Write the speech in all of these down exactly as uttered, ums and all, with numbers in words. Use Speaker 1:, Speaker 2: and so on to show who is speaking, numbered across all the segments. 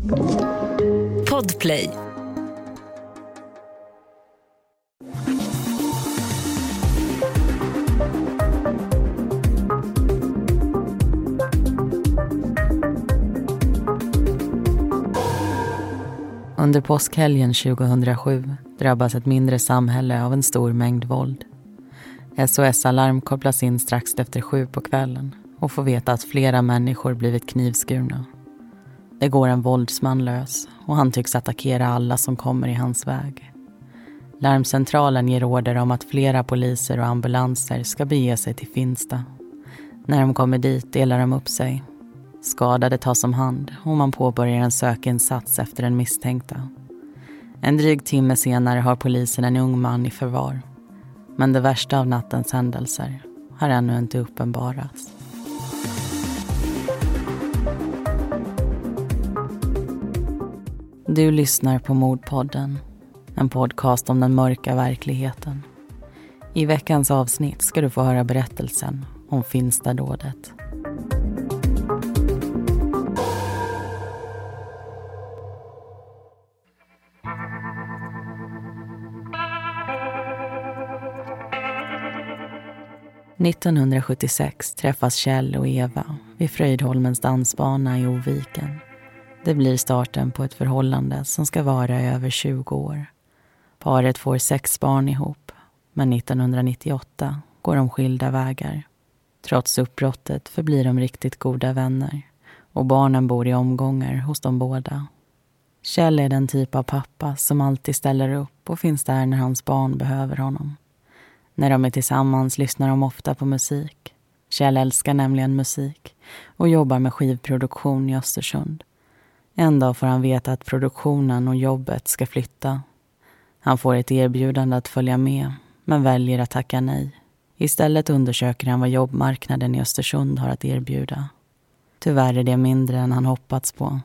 Speaker 1: Podplay.
Speaker 2: Under påskhelgen tjugohundrasju drabbas ett mindre samhälle av en stor mängd våld. S O S-alarm kopplas in strax efter sju på kvällen och får veta att flera människor blivit knivskurna. Det går en våldsman lös och han tycks attackera alla som kommer i hans väg. Larmcentralen ger order om att flera poliser och ambulanser ska bege sig till Finsta. När de kommer dit delar de upp sig. Skadade tas om hand och man påbörjar en sökinsats efter den misstänkta. En dryg timme senare har polisen en ung man i förvar. Men det värsta av nattens händelser har ännu inte uppenbarats. Du lyssnar på Mordpodden, en podcast om den mörka verkligheten. I veckans avsnitt ska du få höra berättelsen om Finstadådet. nittonhundrasjuttiosex träffas Kjell och Eva vid Fröjdholmens dansbana i Oviken. Det blir starten på ett förhållande som ska vara i över tjugo år. Paret får sex barn ihop, men nittonhundranittioåtta går de skilda vägar. Trots uppbrottet förblir de riktigt goda vänner och barnen bor i omgångar hos de båda. Kjell är den typ av pappa som alltid ställer upp och finns där när hans barn behöver honom. När de är tillsammans lyssnar de ofta på musik. Kjell älskar nämligen musik och jobbar med skivproduktion i Östersund. En dag får han veta att produktionen och jobbet ska flytta. Han får ett erbjudande att följa med, men väljer att tacka nej. Istället undersöker han vad jobbmarknaden i Östersund har att erbjuda. Tyvärr är det mindre än han hoppats på.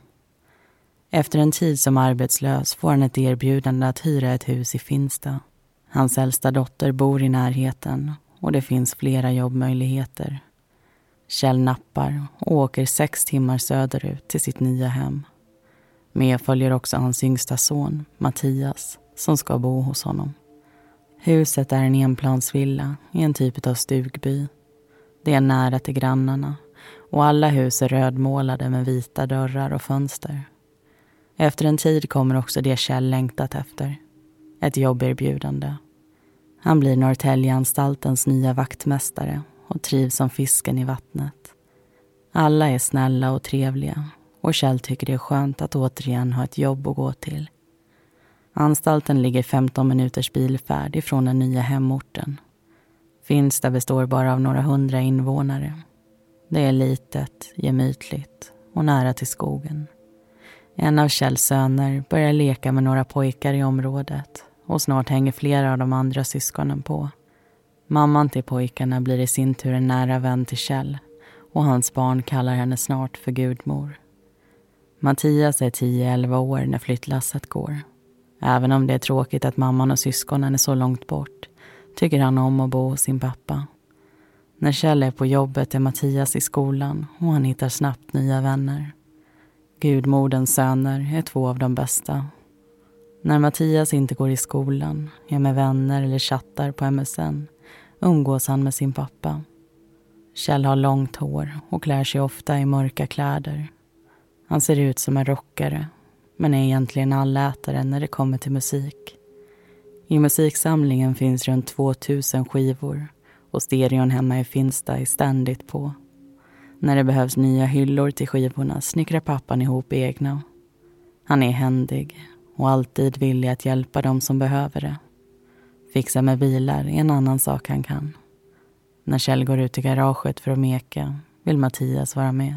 Speaker 2: Efter en tid som arbetslös får han ett erbjudande att hyra ett hus i Finsta. Hans äldsta dotter bor i närheten och det finns flera jobbmöjligheter. Kjell nappar och åker sex timmar söderut till sitt nya hem. Med följer också hans yngsta son, Mattias, som ska bo hos honom. Huset är en enplansvilla i en typ av stugby. Det är nära till grannarna och alla hus är rödmålade med vita dörrar och fönster. Efter en tid kommer också det Kjell längtat efter. Ett jobberbjudande. Han blir Norrtäljeanstaltens nya vaktmästare och trivs som fisken i vattnet. Alla är snälla och trevliga och Kjell tycker det är skönt att återigen ha ett jobb att gå till. Anstalten ligger femton minuters bilfärd ifrån den nya hemorten. Finsta består bara av några hundra invånare. Det är litet, gemytligt och nära till skogen. En av Kjells söner börjar leka med några pojkar i området och snart hänger flera av de andra syskonen på. Mamman till pojkarna blir i sin tur en nära vän till Kjell och hans barn kallar henne snart för gudmor. Mattias är tio elva år när flyttlasset går. Även om det är tråkigt att mamman och syskonen är så långt bort tycker han om att bo hos sin pappa. När Kjell är på jobbet är Mattias i skolan och han hittar snabbt nya vänner. Gudmodens söner är två av de bästa. När Mattias inte går i skolan, är med vänner eller chattar på M S N, umgås han med sin pappa. Kjell har långt hår och klär sig ofta i mörka kläder. Han ser ut som en rockare, men är egentligen allätare när det kommer till musik. I musiksamlingen finns runt tvåtusen skivor och stereon hemma i Finsta är ständigt på. När det behövs nya hyllor till skivorna snickrar pappan ihop egna. Han är händig och alltid villig att hjälpa dem som behöver det. Fixa med bilar är en annan sak han kan. När Kjell går ut i garaget för att meka vill Mattias vara med.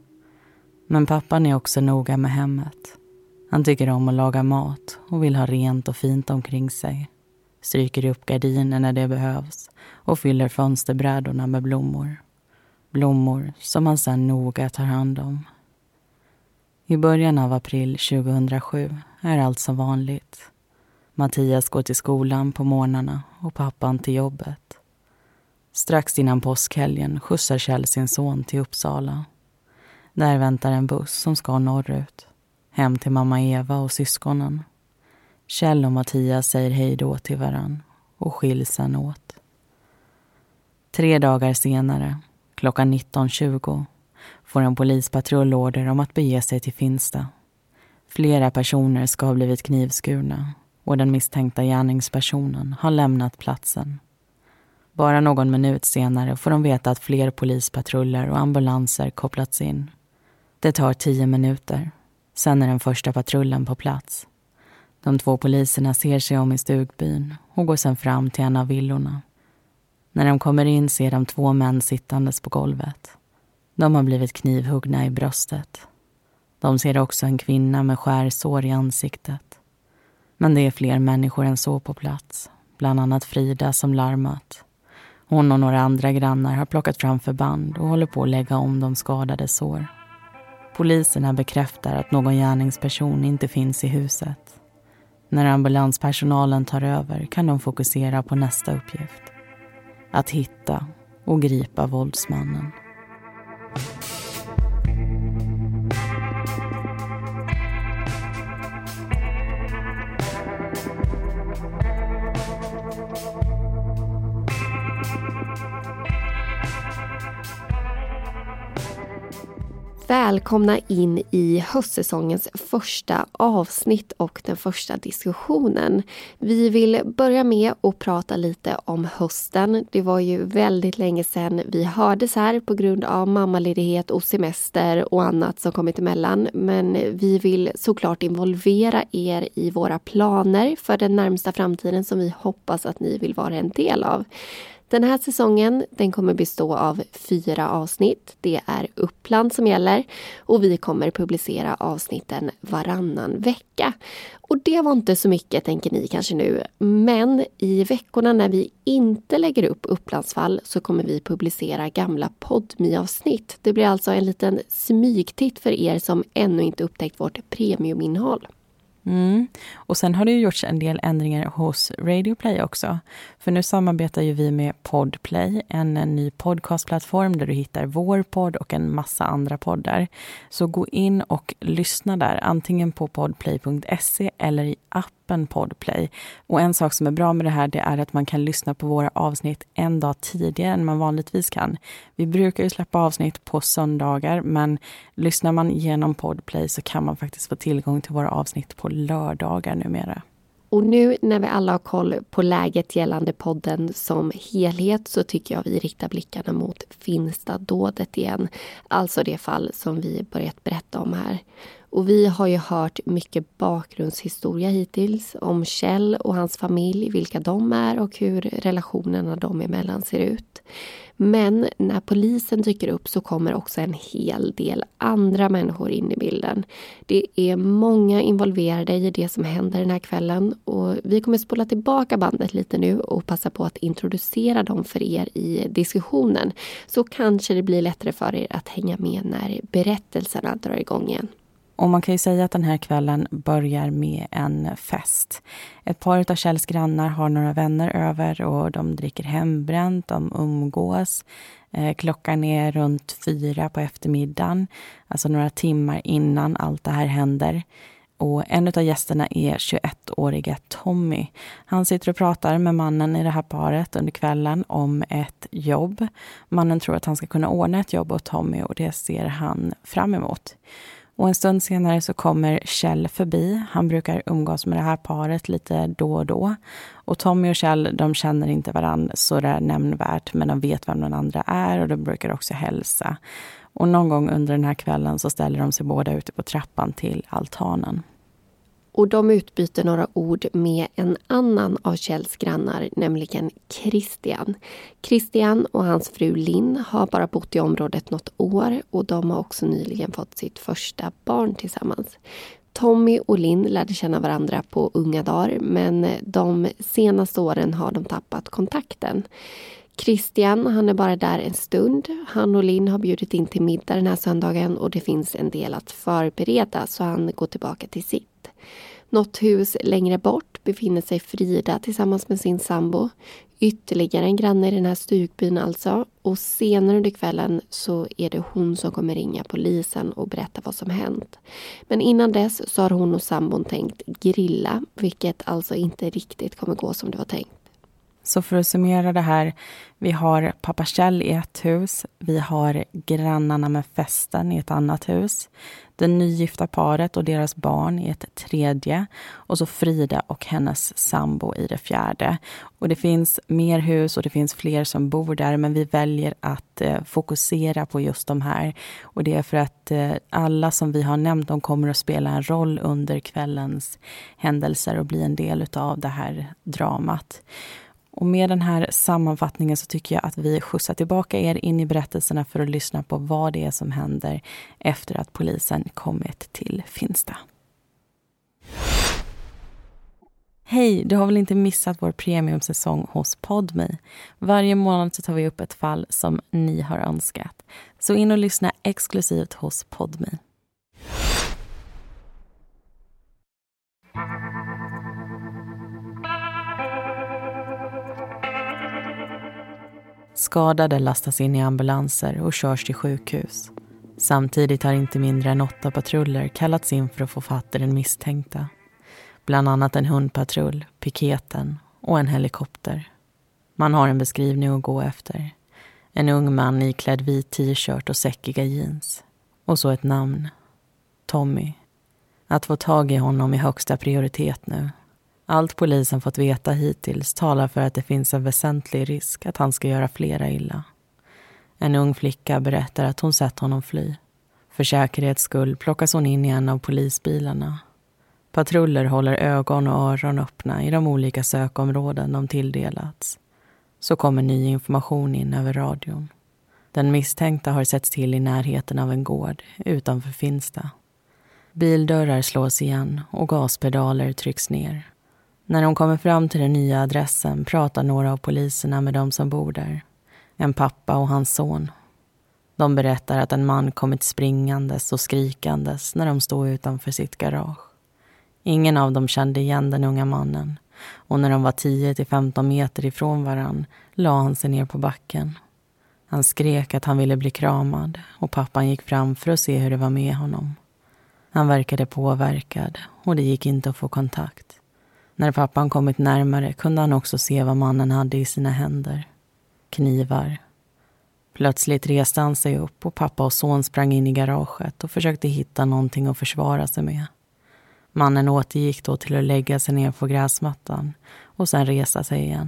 Speaker 2: Men pappan är också noga med hemmet. Han tycker om att laga mat och vill ha rent och fint omkring sig. Stryker upp gardiner när det behövs och fyller fönsterbrädorna med blommor. Blommor som han sedan noga tar hand om. I början av april tjugohundrasju är allt som vanligt. Mattias går till skolan på morgnarna och pappan till jobbet. Strax innan påskhelgen skjutsar Kjell sin son till Uppsala. Där väntar en buss som ska norrut. Hem till mamma Eva och syskonen. Kjell och Mattias säger hej då till varann och skiljs sen åt. Tre dagar senare, klockan nitton tjugo, får en polispatrull order om att bege sig till Finsta. Flera personer ska ha blivit knivskurna och den misstänkta gärningspersonen har lämnat platsen. Bara någon minut senare får de veta att fler polispatruller och ambulanser kopplats in. Det tar tio minuter. Sen är den första patrullen på plats. De två poliserna ser sig om i stugbyn och går sen fram till en av villorna. När de kommer in ser de två män sittandes på golvet. De har blivit knivhuggna i bröstet. De ser också en kvinna med skärsår i ansiktet. Men det är fler människor än så på plats. Bland annat Frida som larmat. Hon och några andra grannar har plockat fram förband och håller på att lägga om de skadade sår. Poliserna bekräftar att någon gärningsperson inte finns i huset. När ambulanspersonalen tar över kan de fokusera på nästa uppgift. Att hitta och gripa våldsmannen.
Speaker 1: Välkomna in i höstsäsongens första avsnitt och den första diskussionen. Vi vill börja med att prata lite om hösten. Det var ju väldigt länge sedan vi hördes här på grund av mammaledighet och semester och annat som kommit emellan. Men vi vill såklart involvera er i våra planer för den närmsta framtiden som vi hoppas att ni vill vara en del av. Den här säsongen den kommer bestå av fyra avsnitt. Det är Uppland som gäller och vi kommer publicera avsnitten varannan vecka. Och det var inte så mycket tänker ni kanske nu. Men i veckorna när vi inte lägger upp Upplandsfall så kommer vi publicera gamla Podme-avsnitt. Det blir alltså en liten smygtitt för er som ännu inte upptäckt vårt premiuminnehåll.
Speaker 2: Mm. Och sen har det ju gjorts en del ändringar hos Radioplay också. För nu samarbetar ju vi med Podplay, en, en ny podcastplattform där du hittar vår podd och en massa andra poddar. Så gå in och lyssna där, antingen på podplay punkt se eller i appen Podplay. Och en sak som är bra med det här det är att man kan lyssna på våra avsnitt en dag tidigare än man vanligtvis kan. Vi brukar ju släppa avsnitt på söndagar, men lyssnar man genom Podplay så kan man faktiskt få tillgång till våra avsnitt på lördagar numera.
Speaker 1: Och nu när vi alla har koll på läget gällande podden som helhet så tycker jag vi riktar blickarna mot Finsta-dådet igen. Alltså det fall som vi börjat berätta om här. Och vi har ju hört mycket bakgrundshistoria hittills om Kjell och hans familj, vilka de är och hur relationerna dem emellan ser ut. Men när polisen dyker upp så kommer också en hel del andra människor in i bilden. Det är många involverade i det som händer den här kvällen och vi kommer spola tillbaka bandet lite nu och passa på att introducera dem för er i diskussionen. Så kanske det blir lättare för er att hänga med när berättelserna drar igång igen.
Speaker 2: Och man kan ju säga att den här kvällen börjar med en fest. Ett par av Kjells grannar har några vänner över och de dricker hembränt, de umgås. Eh, klockan är runt fyra på eftermiddagen, alltså några timmar innan allt det här händer. Och en av gästerna är tjugoettåriga Tommy. Han sitter och pratar med mannen i det här paret under kvällen om ett jobb. Mannen tror att han ska kunna ordna ett jobb åt Tommy och det ser han fram emot. Och en stund senare så kommer Kjell förbi. Han brukar umgås med det här paret lite då och då. Och Tommy och Kjell, de känner inte varandra så det är nämnvärt. Men de vet vem den andra är och de brukar också hälsa. Och någon gång under den här kvällen så ställer de sig båda ute på trappan till altanen.
Speaker 1: Och de utbyter några ord med en annan av Kjells grannar, nämligen Christian. Christian och hans fru Linn har bara bott i området något år och de har också nyligen fått sitt första barn tillsammans. Tommy och Linn lärde känna varandra på unga dagar men de senaste åren har de tappat kontakten. Christian, han är bara där en stund. Han och Linn har bjudit in till middag den här söndagen och det finns en del att förbereda så han går tillbaka till sitt. Något hus längre bort befinner sig Frida tillsammans med sin sambo. Ytterligare en granne i den här stugbyn alltså. Och senare under kvällen så är det hon som kommer ringa polisen och berätta vad som hänt. Men innan dess så har hon och sambon tänkt grilla, vilket alltså inte riktigt kommer gå som det var tänkt.
Speaker 2: Så för att summera det här, vi har pappa Kjell i ett hus, vi har grannarna med festen i ett annat hus, det nygifta paret och deras barn i ett tredje och så Frida och hennes sambo i det fjärde. Och det finns mer hus och det finns fler som bor där, men vi väljer att eh, fokusera på just de här. Och det är för att eh, alla som vi har nämnt, de kommer att spela en roll under kvällens händelser och bli en del av det här dramat. Och med den här sammanfattningen så tycker jag att vi skjutsar tillbaka er in i berättelserna för att lyssna på vad det är som händer efter att polisen kommit till Finsta. Hej, du har väl inte missat vår premiumsäsong hos Podme? Varje månad så tar vi upp ett fall som ni har önskat. Så in och lyssna exklusivt hos Podme. Skadade lastas in i ambulanser och körs till sjukhus. Samtidigt har inte mindre än åtta patruller kallats in för att få fatt i den misstänkta. Bland annat en hundpatrull, piketen och en helikopter. Man har en beskrivning att gå efter. En ung man iklädd vit t-shirt och säckiga jeans. Och så ett namn. Tommy. Att få tag i honom är högsta prioritet nu. Allt polisen fått veta hittills talar för att det finns en väsentlig risk att han ska göra flera illa. En ung flicka berättar att hon sett honom fly. För säkerhets skull plockas hon in i en av polisbilarna. Patruller håller ögon och öron öppna i de olika sökområden de tilldelats. Så kommer ny information in över radion. Den misstänkta har setts till i närheten av en gård utanför Finsta. Bildörrar slås igen och gaspedaler trycks ner. När de kommer fram till den nya adressen pratar några av poliserna med de som bor där. En pappa och hans son. De berättar att en man kommit springandes och skrikandes när de stod utanför sitt garage. Ingen av dem kände igen den unga mannen. Och när de var tio till femton meter ifrån varann la han sig ner på backen. Han skrek att han ville bli kramad och pappan gick fram för att se hur det var med honom. Han verkade påverkad och det gick inte att få kontakt. När pappan kommit närmare kunde han också se vad mannen hade i sina händer. Knivar. Plötsligt reste han sig upp och pappa och son sprang in i garaget och försökte hitta någonting att försvara sig med. Mannen återgick då till att lägga sig ner på gräsmattan och sen resa sig igen.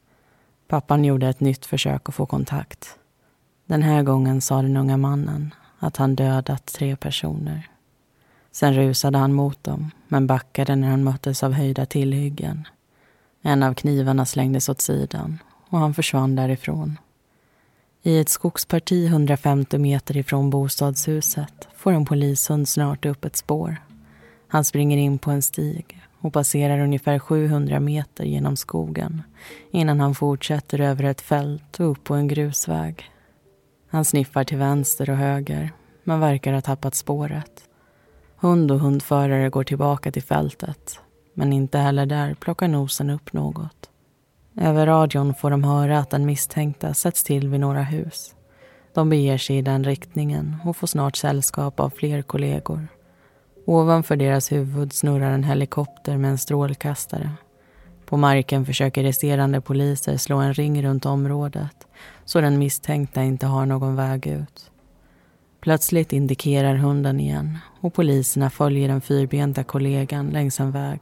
Speaker 2: Pappan gjorde ett nytt försök att få kontakt. Den här gången sa den unga mannen att han dödat tre personer. Sen rusade han mot dem, men backade när han möttes av höjda tillhyggen. En av knivarna slängdes åt sidan och han försvann därifrån. I ett skogsparti hundrafemtio meter ifrån bostadshuset får en polishund snart upp ett spår. Han springer in på en stig och passerar ungefär sjuhundra meter genom skogen innan han fortsätter över ett fält och upp på en grusväg. Han sniffar till vänster och höger, men verkar ha tappat spåret. Hund och hundförare går tillbaka till fältet, men inte heller där plockar nosen upp något. Över radion får de höra att den misstänkta sätts till vid några hus. De beger sig i den riktningen och får snart sällskap av fler kollegor. Ovanför deras huvud snurrar en helikopter med en strålkastare. På marken försöker resterande poliser slå en ring runt området så den misstänkta inte har någon väg ut. Plötsligt indikerar hunden igen och poliserna följer den fyrbenta kollegan längs en väg.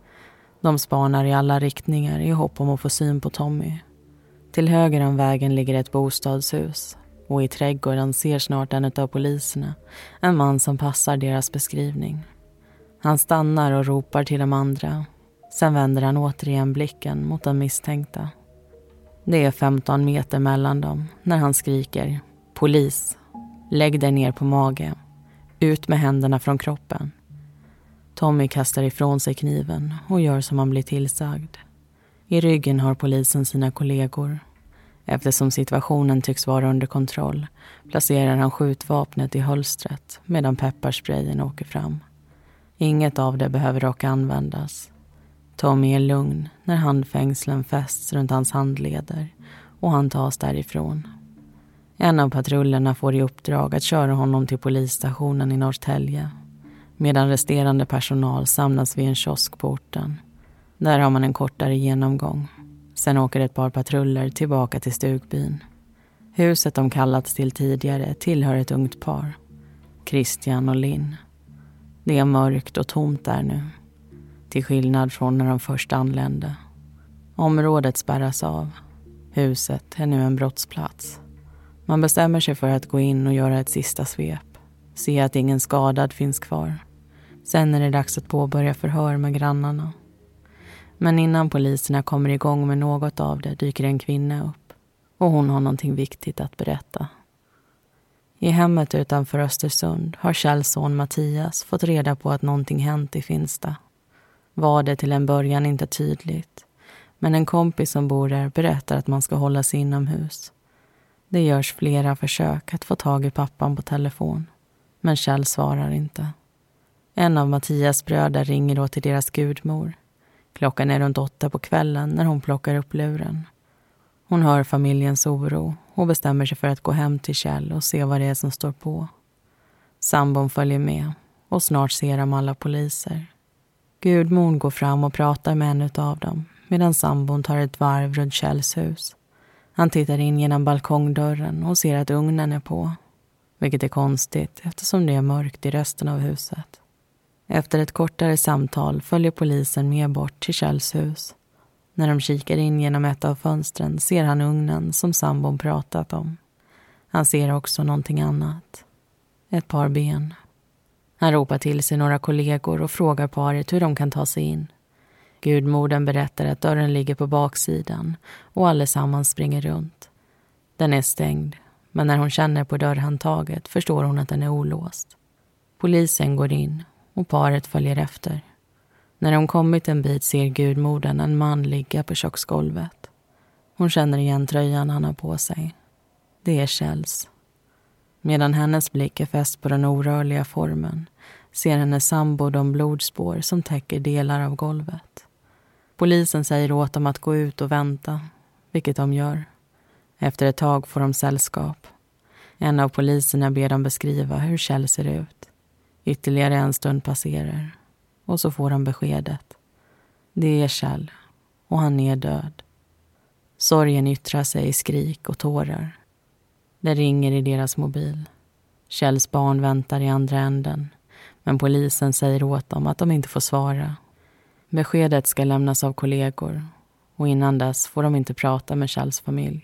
Speaker 2: De spanar i alla riktningar i hopp om att få syn på Tommy. Till höger om vägen ligger ett bostadshus och i trädgården ser snart en av poliserna, en man som passar deras beskrivning. Han stannar och ropar till de andra. Sen vänder han återigen blicken mot den misstänkta. Det är femton meter mellan dem när han skriker: "Polis! Lägg dig ner på mage. Ut med händerna från kroppen." Tommy kastar ifrån sig kniven och gör som han blir tillsagd. I ryggen har polisen sina kollegor. Eftersom situationen tycks vara under kontroll placerar han skjutvapnet i hölstret medan pepparsprayen åker fram. Inget av det behöver dock användas. Tommy är lugn när handfängslen fästs runt hans handleder och han tas därifrån. En av patrullerna får i uppdrag att köra honom till polisstationen i Norrtälje, medan resterande personal samlas vid en kiosk på orten. Där har man en kortare genomgång. Sen åker ett par patruller tillbaka till stugbyn. Huset de kallats till tidigare tillhör ett ungt par, Christian och Linn. Det är mörkt och tomt där nu, till skillnad från när de först anlände. Området spärras av. Huset är nu en brottsplats. Man bestämmer sig för att gå in och göra ett sista svep. Se att ingen skadad finns kvar. Sen är det dags att påbörja förhör med grannarna. Men innan poliserna kommer igång med något av det dyker en kvinna upp. Och hon har någonting viktigt att berätta. I hemmet utanför Östersund har Kjells son Mattias fått reda på att någonting hänt i Finsta. Var det till en början inte tydligt. Men en kompis som bor där berättar att man ska hålla sig inomhus. Det görs flera försök att få tag i pappan på telefon. Men Kjell svarar inte. En av Mattias bröder ringer då till deras gudmor. Klockan är runt åtta på kvällen när hon plockar upp luren. Hon hör familjens oro och bestämmer sig för att gå hem till Kjell och se vad det är som står på. Sambon följer med och snart ser de alla poliser. Gudmor går fram och pratar med en av dem medan sambon tar ett varv runt Kjells hus. Han tittar in genom balkongdörren och ser att ugnen är på. Vilket är konstigt eftersom det är mörkt i resten av huset. Efter ett kortare samtal följer polisen med bort till Kjells hus. När de kikar in genom ett av fönstren ser han ugnen som sambon pratat om. Han ser också någonting annat. Ett par ben. Han ropar till sig några kollegor och frågar paret hur de kan ta sig in. Gudmodern berättar att dörren ligger på baksidan och allesammans springer runt. Den är stängd, men när hon känner på dörrhandtaget förstår hon att den är olåst. Polisen går in och paret följer efter. När de kommit en bit ser gudmodern en man ligga på köksgolvet. Hon känner igen tröjan han har på sig. Det är Kjells. Medan hennes blick är fäst på den orörliga formen ser hennes sambo de blodspår som täcker delar av golvet. Polisen säger åt dem att gå ut och vänta, vilket de gör. Efter ett tag får de sällskap. En av poliserna ber dem beskriva hur Kjell ser ut. Ytterligare en stund passerar och så får de beskedet. Det är Kjell och han är död. Sorgen yttrar sig i skrik och tårar. Det ringer i deras mobil. Kjells barn väntar i andra änden, men polisen säger åt dem att de inte får svara. Beskedet ska lämnas av kollegor och innan dess får de inte prata med Kjells familj.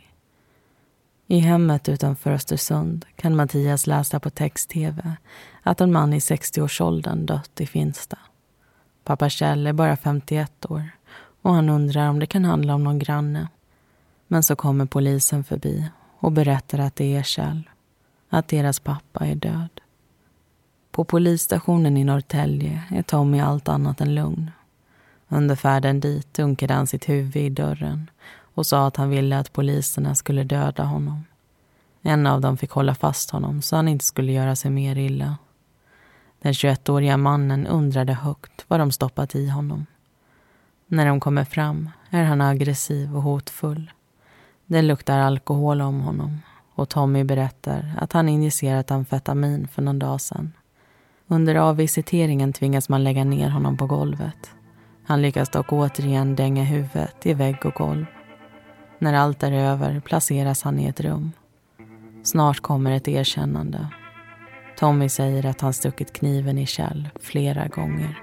Speaker 2: I hemmet utanför Östersund kan Mattias läsa på text-tv att en man i sextio-årsåldern dött i Finsta. Pappa Kjell är bara femtioett år och han undrar om det kan handla om någon granne. Men så kommer polisen förbi och berättar att det är Kjell, att deras pappa är död. På polisstationen i Norrtälje är Tommy allt annat än lugn. Under färden dit dunkade han sitt huvud i dörren och sa att han ville att poliserna skulle döda honom. En av dem fick hålla fast honom så han inte skulle göra sig mer illa. Den tjugoettåriga mannen undrade högt vad de stoppat i honom. När de kommer fram är han aggressiv och hotfull. Det luktar alkohol om honom och Tommy berättar att han injicerat amfetamin för någon dag sedan. Under avvisiteringen tvingas man lägga ner honom på golvet. Han lyckas dock återigen dänga huvudet i vägg och golv. När allt är över placeras han i ett rum. Snart kommer ett erkännande. Tommy säger att han stuckit kniven i Kjell flera gånger.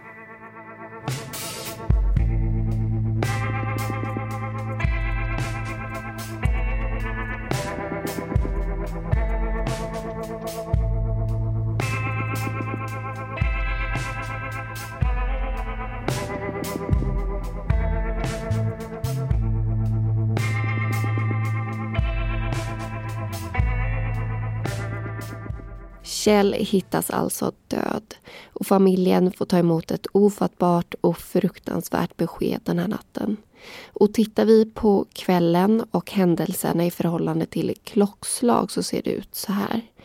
Speaker 1: Kjell hittas alltså död och familjen får ta emot ett ofattbart och fruktansvärt besked den här natten. Och tittar vi på kvällen och händelserna i förhållande till klockslag så ser det ut så här.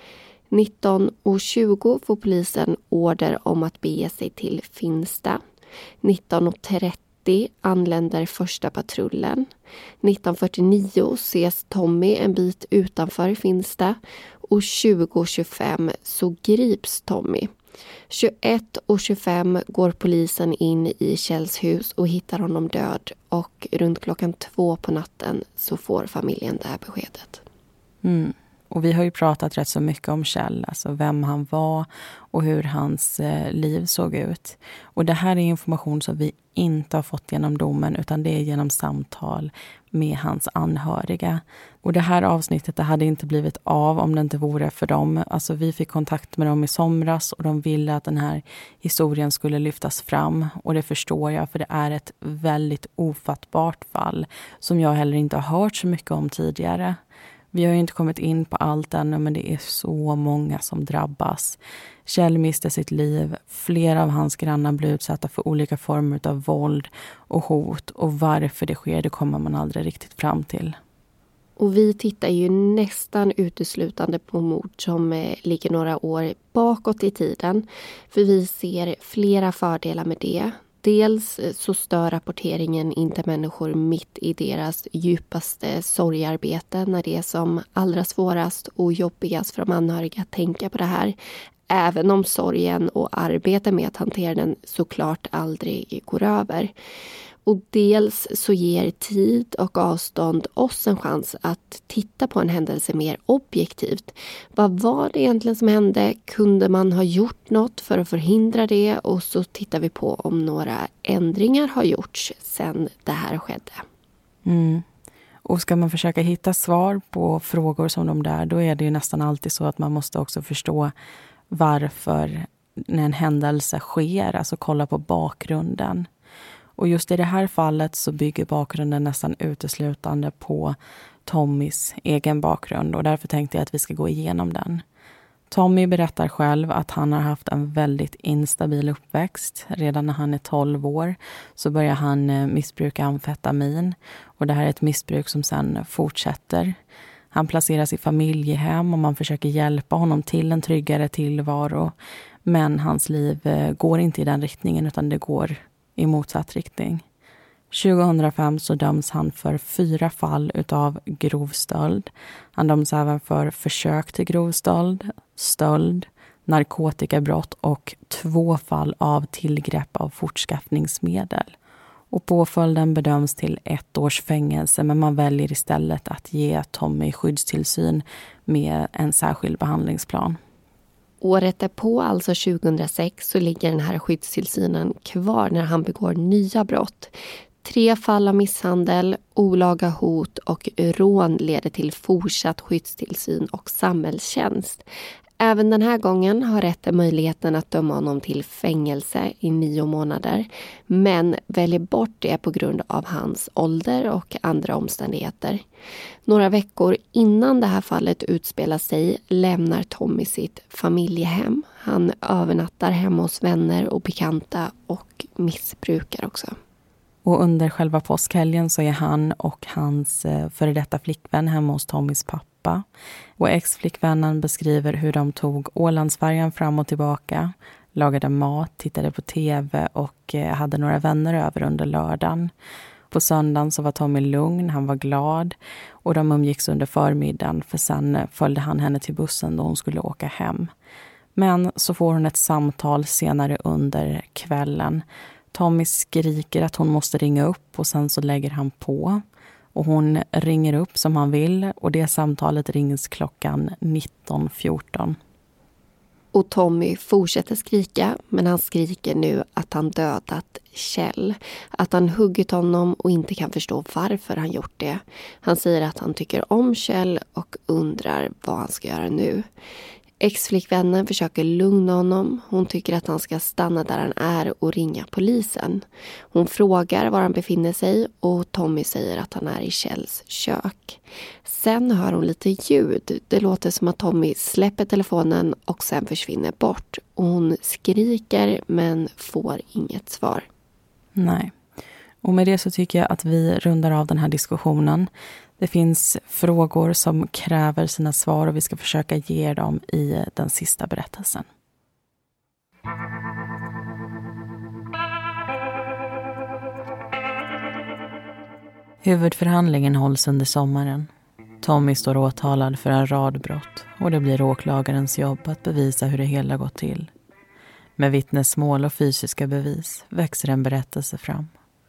Speaker 1: nitton tjugo får polisen order om att bege sig till Finsta. nitton trettio anländer första patrullen. nitton fyrtionio ses Tommy en bit utanför Finsta och tjugo tjugofem så grips Tommy. tjugoett tjugofem går polisen in i Kjells hus och hittar honom död, och runt klockan två på natten så får familjen det här beskedet.
Speaker 2: Mm. Och vi har ju pratat rätt så mycket om Kjell, alltså vem han var och hur hans eh, liv såg ut. Och det här är information som vi inte har fått genom domen, utan det är genom samtal med hans anhöriga. Och det här avsnittet det hade inte blivit av om det inte vore för dem. Alltså vi fick kontakt med dem i somras och de ville att den här historien skulle lyftas fram. Och det förstår jag, för det är ett väldigt ofattbart fall som jag heller inte har hört så mycket om tidigare. Vi har ju inte kommit in på allt ännu, men det är så många som drabbas. Kjell miste sitt liv. Flera av hans grannar blev utsatta för olika former av våld och hot. Och varför det sker, det kommer man aldrig riktigt fram till.
Speaker 1: Och vi tittar ju nästan uteslutande på mord som eh, ligger några år bakåt i tiden. För vi ser flera fördelar med det. Dels så stör rapporteringen inte människor mitt i deras djupaste sorgarbete när det är som allra svårast och jobbigast för de anhöriga att tänka på det här. Även om sorgen och arbetet med att hantera den såklart aldrig går över. Och dels så ger tid och avstånd oss en chans att titta på en händelse mer objektivt. Vad var det egentligen som hände? Kunde man ha gjort något för att förhindra det? Och så tittar vi på om några ändringar har gjorts sedan det här skedde.
Speaker 2: Mm. Och ska man försöka hitta svar på frågor som de där, då är det ju nästan alltid så att man måste också förstå varför när en händelse sker, alltså kolla på bakgrunden. Och just i det här fallet så bygger bakgrunden nästan uteslutande på Tommys egen bakgrund, och därför tänkte jag att vi ska gå igenom den. Tommy berättar själv att han har haft en väldigt instabil uppväxt. Redan när han är tolv år så börjar han missbruka amfetamin, och det här är ett missbruk som sedan fortsätter. Han placeras i familjehem och man försöker hjälpa honom till en tryggare tillvaro, men hans liv går inte i den riktningen utan det går i motsatt riktning. tjugohundrafem så döms han för fyra fall utav grov stöld. Han döms även för försök till grov stöld, stöld, narkotikabrott och två fall av tillgrepp av fortskaffningsmedel. Och påföljden bedöms till ett års fängelse, men man väljer istället att ge Tommy skyddstillsyn med en särskild behandlingsplan.
Speaker 1: Året därpå, alltså tjugohundrasex, så ligger den här skyddstillsynen kvar när han begår nya brott. Tre fall av misshandel, olaga hot och rån leder till fortsatt skyddstillsyn och samhällstjänst. Även den här gången har rätten möjligheten att döma honom till fängelse i nio månader, men väljer bort det på grund av hans ålder och andra omständigheter. Några veckor innan det här fallet utspelar sig lämnar Tommy sitt familjehem. Han övernattar hemma hos vänner och bekanta och missbrukar också.
Speaker 2: Och under själva påskhelgen så är han och hans före detta flickvän hemma hos Tommys pappa. Och ex-flickvännen beskriver hur de tog Ålandsfärjan fram och tillbaka, lagade mat, tittade på tv och hade några vänner över under lördagen. På söndagen så var Tommy lugn, han var glad och de umgicks under förmiddagen, för sen följde han henne till bussen då hon skulle åka hem. Men så får hon ett samtal senare under kvällen. Tommy skriker att hon måste ringa upp och sen så lägger han på. Och hon ringer upp som han vill och det samtalet rings klockan nitton fjorton.
Speaker 1: Och Tommy fortsätter skrika, men han skriker nu att han dödat Kjell. Att han huggit honom och inte kan förstå varför han gjort det. Han säger att han tycker om Kjell och undrar vad han ska göra nu. Ex-flickvännen försöker lugna honom. Hon tycker att han ska stanna där han är och ringa polisen. Hon frågar var han befinner sig och Tommy säger att han är i Kjells kök. Sen hör hon lite ljud. Det låter som att Tommy släpper telefonen och sen försvinner bort. Och hon skriker men får inget svar.
Speaker 2: Nej. Och med det så tycker jag att vi rundar av den här diskussionen. Det finns frågor som kräver sina svar och vi ska försöka ge dem i den sista berättelsen. Huvudförhandlingen hålls under sommaren. Tommy står åtalad för en rad brott och det blir åklagarens jobb att bevisa hur det hela gått till. Med vittnesmål och fysiska bevis växer en berättelse fram.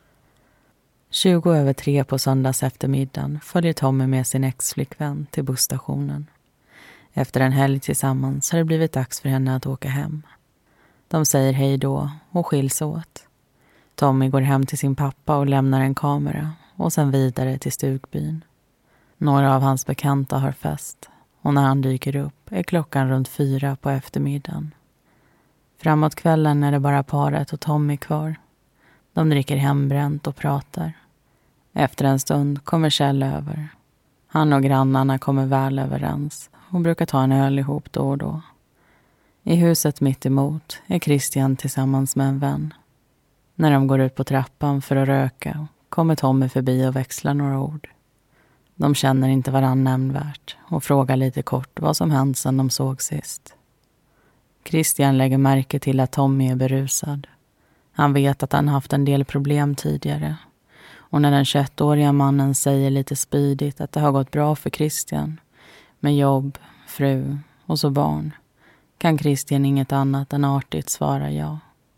Speaker 2: tjugo över tre på söndags eftermiddagen följer Tommy med sin ex-flickvän till busstationen. Efter en helg tillsammans har det blivit dags för henne att åka hem. De säger hej då och skiljs åt. Tommy går hem till sin pappa och lämnar en kamera och sen vidare till stugbyn. Några av hans bekanta har fest och när han dyker upp är klockan runt fyra på eftermiddagen. Framåt kvällen är det bara paret och Tommy kvar. De dricker hembränt och pratar. Efter en stund kommer Kjell över. Han och grannarna kommer väl överens och brukar ta en öl ihop då och då. I huset mitt emot är Christian tillsammans med en vän. När de går ut på trappan för att röka kommer Tommy förbi och växlar några ord. De känner inte varann nämnvärt och frågar lite kort vad som hänt sedan de såg sist. Christian lägger märke till att Tommy är berusad. Han vet att han haft en del problem tidigare. Och när den tjugoettåriga mannen säger lite spydigt att det har gått bra för Christian, med jobb, fru och så barn, kan Christian inget annat än artigt svara ja.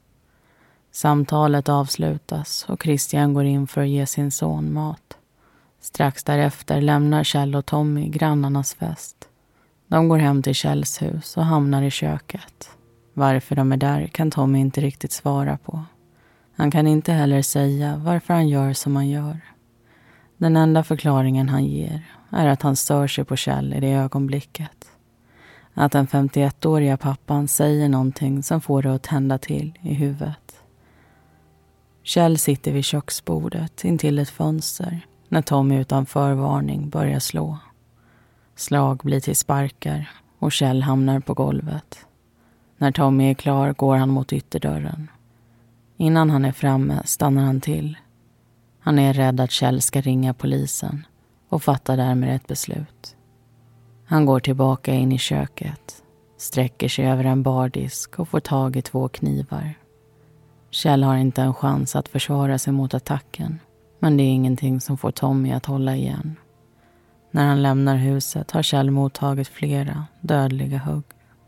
Speaker 2: Samtalet avslutas och Christian går in för att ge sin son mat. Strax därefter lämnar Kjell och Tommy grannarnas fest. De går hem till Kjells hus och hamnar i köket. Varför de är där kan Tommy inte riktigt svara på. Han kan inte heller säga varför han gör som han gör. Den enda förklaringen han ger är att han stör sig på Kjell i det ögonblicket. Att den femtioettåriga pappan säger någonting som får det att tända till i huvudet. Kjell sitter vid köksbordet intill ett fönster när Tommy utan förvarning börjar slå. Slag blir till sparkar och Kjell hamnar på golvet. När Tommy är klar går han mot ytterdörren. Innan han är framme stannar han till. Han är rädd att Kjell ska ringa polisen och fattar därmed ett beslut. Han går tillbaka in i köket, sträcker sig över en bardisk och får tag i två knivar. Kjell har inte en chans att försvara sig mot attacken, men det är ingenting som får Tommy att hålla igen. När han lämnar huset har Kjell mottagit flera dödliga hugg.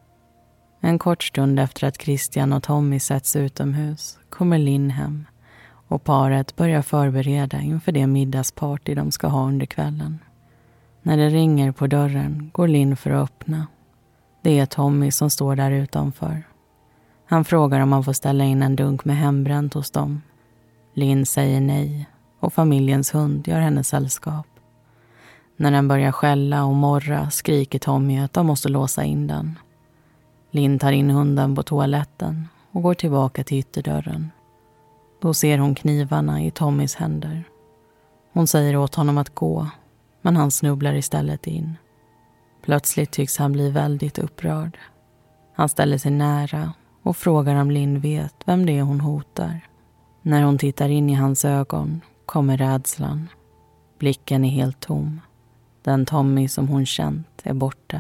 Speaker 2: En kort stund efter att Christian och Tommy sätts utomhus kommer Linn hem och paret börjar förbereda inför det middagsparty de ska ha under kvällen. När det ringer på dörren går Linn för att öppna. Det är Tommy som står där utanför. Han frågar om han får ställa in en dunk med hembränt hos dem. Linn säger nej och familjens hund gör henne sällskap. När den börjar skälla och morra skriker Tommy att de måste låsa in den. Linn tar in hunden på toaletten och går tillbaka till ytterdörren. Då ser hon knivarna i Tommys händer. Hon säger åt honom att gå, men han snubblar istället in. Plötsligt tycks han bli väldigt upprörd. Han ställer sig nära och frågar om Linn vet vem det är hon hotar. När hon tittar in i hans ögon kommer rädslan. Blicken är helt tom. Den Tommy som hon känt är borta.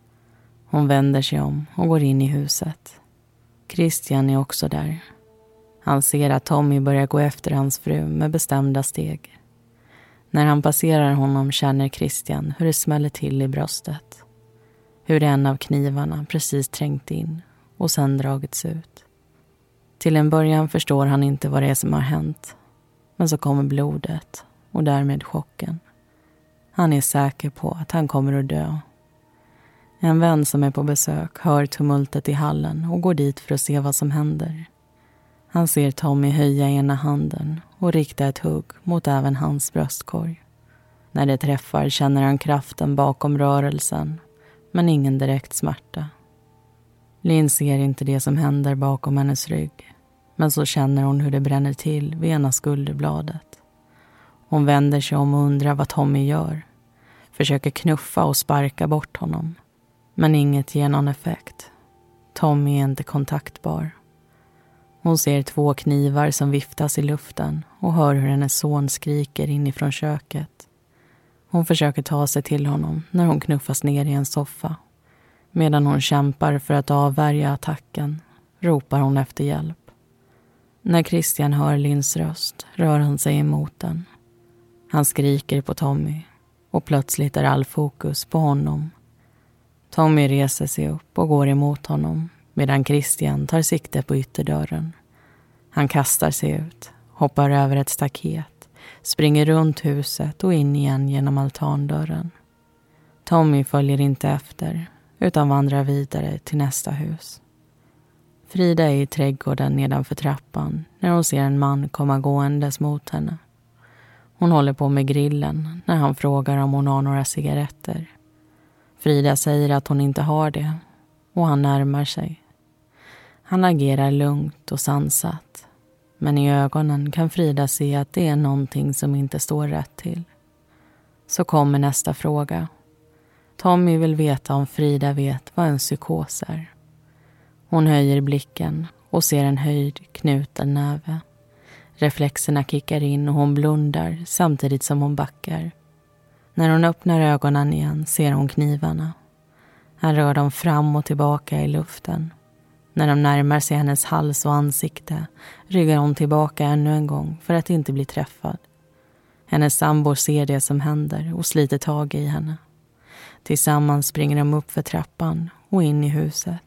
Speaker 2: Hon vänder sig om och går in i huset. Christian är också där. Han ser att Tommy börjar gå efter hans fru med bestämda steg. När han passerar honom känner Christian hur det smäller till i bröstet. Hur en av knivarna precis trängt in och sen dragits ut. Till en början förstår han inte vad det är som har hänt. Men så kommer blodet och därmed chocken. Han är säker på att han kommer att dö. En vän som är på besök hör tumultet i hallen och går dit för att se vad som händer. Han ser Tommy höja ena handen och rikta ett hugg mot även hans bröstkorg. När det träffar känner han kraften bakom rörelsen, men ingen direkt smärta. Linn ser inte det som händer bakom hennes rygg, men så känner hon hur det bränner till vid ena skulderbladet. Hon vänder sig om och undrar vad Tommy gör. Försöker knuffa och sparka bort honom. Men inget ger någon effekt. Tommy är inte kontaktbar. Hon ser två knivar som viftas i luften och hör hur hennes son skriker inifrån köket. Hon försöker ta sig till honom när hon knuffas ner i en soffa. Medan hon kämpar för att avvärja attacken ropar hon efter hjälp. När Christian hör Lins röst rör han sig emot den. Han skriker på Tommy och plötsligt är all fokus på honom. Tommy reser sig upp och går emot honom medan Christian tar sikte på ytterdörren. Han kastar sig ut, hoppar över ett staket, springer runt huset och in igen genom altandörren. Tommy följer inte efter utan vandrar vidare till nästa hus. Frida är i trädgården nedanför trappan när hon ser en man komma gåendes mot henne. Hon håller på med grillen när han frågar om hon har några cigaretter. Frida säger att hon inte har det och han närmar sig. Han agerar lugnt och sansat, men i ögonen kan Frida se att det är någonting som inte står rätt till. Så kommer nästa fråga. Tommy vill veta om Frida vet vad en psykos är. Hon höjer blicken och ser en höjd, knuten näve. Reflexerna kickar in och hon blundar samtidigt som hon backar. När hon öppnar ögonen igen ser hon knivarna. Han rör dem fram och tillbaka i luften. När de närmar sig hennes hals och ansikte ryggar hon tillbaka ännu en gång för att inte bli träffad. Hennes sambo ser det som händer och sliter tag i henne. Tillsammans springer de upp för trappan och in i huset.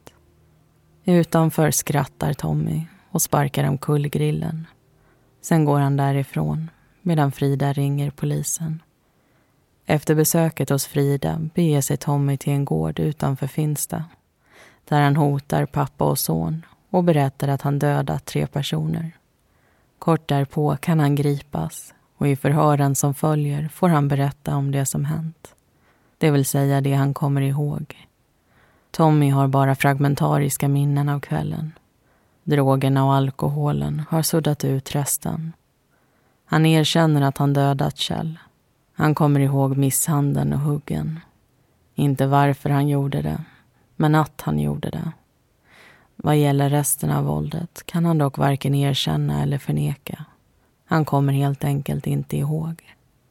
Speaker 2: Utanför skrattar Tommy och sparkar omkull grillen. Sen går han därifrån medan Frida ringer polisen. Efter besöket hos Frida beger sig Tommy till en gård utanför Finsta. Där han hotar pappa och son och berättar att han dödat tre personer. Kort därpå kan han gripas och i förhören som följer får han berätta om det som hänt. Det vill säga det han kommer ihåg. Tommy har bara fragmentariska minnen av kvällen. Drogerna och alkoholen har suddat ut resten. Han erkänner att han dödat Kjell. Han kommer ihåg misshandeln och huggen. Inte varför han gjorde det, men att han gjorde det. Vad gäller resten av våldet kan han dock varken erkänna eller förneka. Han kommer helt enkelt inte ihåg.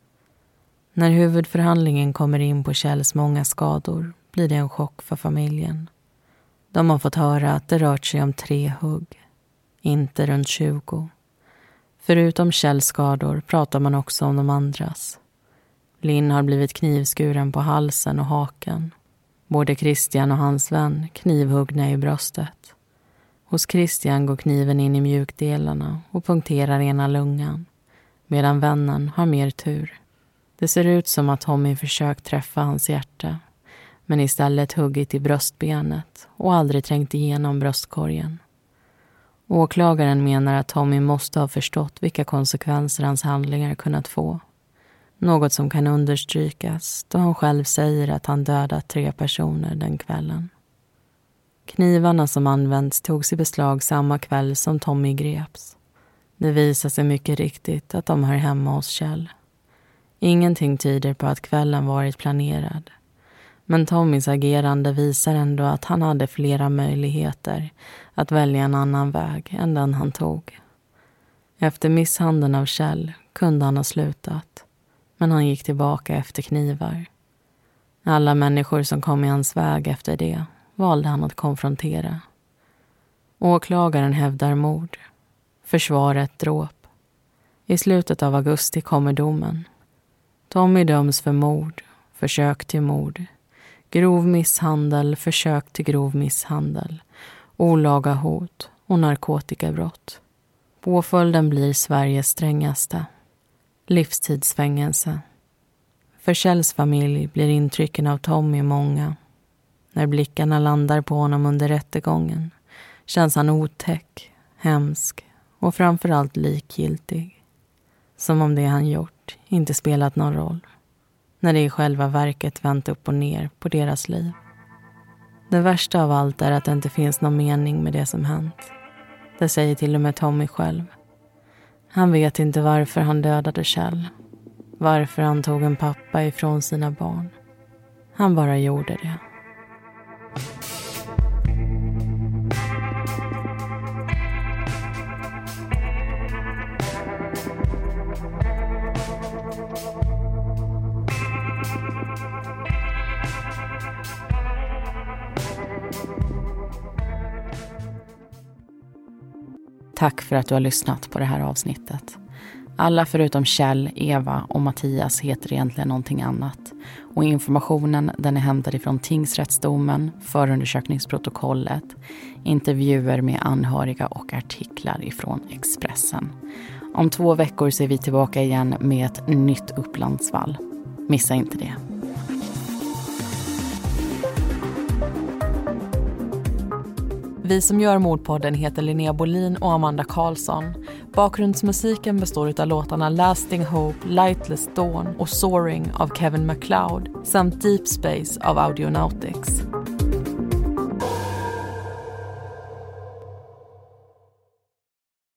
Speaker 2: När huvudförhandlingen kommer in på Kjells många skador blir det en chock för familjen. De har fått höra att det rört sig om tre hugg, inte runt tjugo. Förutom Kjells skador pratar man också om de andras. Linn har blivit knivskuren på halsen och haken. Både Christian och hans vän knivhuggna i bröstet. Hos Christian går kniven in i mjukdelarna och punkterar ena lungan, medan vännen har mer tur. Det ser ut som att Tommy försökt träffa hans hjärta, men istället huggit i bröstbenet och aldrig trängt igenom bröstkorgen. Åklagaren menar att Tommy måste ha förstått vilka konsekvenser hans handlingar kunnat få. Något som kan understrykas då han själv säger att han dödat tre personer den kvällen. Knivarna som används togs i beslag samma kväll som Tommy greps. Det visar sig mycket riktigt att de hör hemma hos Kjell. Ingenting tyder på att kvällen varit planerad. Men Tommys agerande visar ändå att han hade flera möjligheter att välja en annan väg än den han tog. Efter misshandeln av Kjell kunde han ha slutat, men han gick tillbaka efter knivar. Alla människor som kom i hans väg efter det valde han att konfrontera. Åklagaren hävdar mord. Försvaret dråp. I slutet av augusti kommer domen. Tommy döms för mord, försök till mord, grov misshandel, försök till grov misshandel, olaga hot och narkotikabrott. Påföljden blir Sveriges strängaste. Livstidsfängelse. För Kjells familj blir intrycken av Tommy många. När blickarna landar på honom under rättegången känns han otäck, hemsk och framförallt likgiltig. Som om det han gjort inte spelat någon roll. När det i själva verket vänt upp och ner på deras liv. Det värsta av allt är att det inte finns någon mening med det som hänt. Det säger till och med Tommy själv. Han vet inte varför han dödade Kjell. Varför han tog en pappa ifrån sina barn. Han bara gjorde det. Tack för att du har lyssnat på det här avsnittet. Alla förutom Kjell, Eva och Mattias heter egentligen någonting annat. Och informationen den är hämtad ifrån tingsrättsdomen, förundersökningsprotokollet, intervjuer med anhöriga och artiklar ifrån Expressen. Om två veckor så är vi tillbaka igen med ett nytt Upplandsfall. Missa inte det.
Speaker 3: Vi som gör Mordpodden heter Linnea Bolin och Amanda Karlsson. Bakgrundsmusiken består av låtarna Lasting Hope, Lightless Dawn och Soaring av Kevin MacLeod samt Deep Space av Audionautics.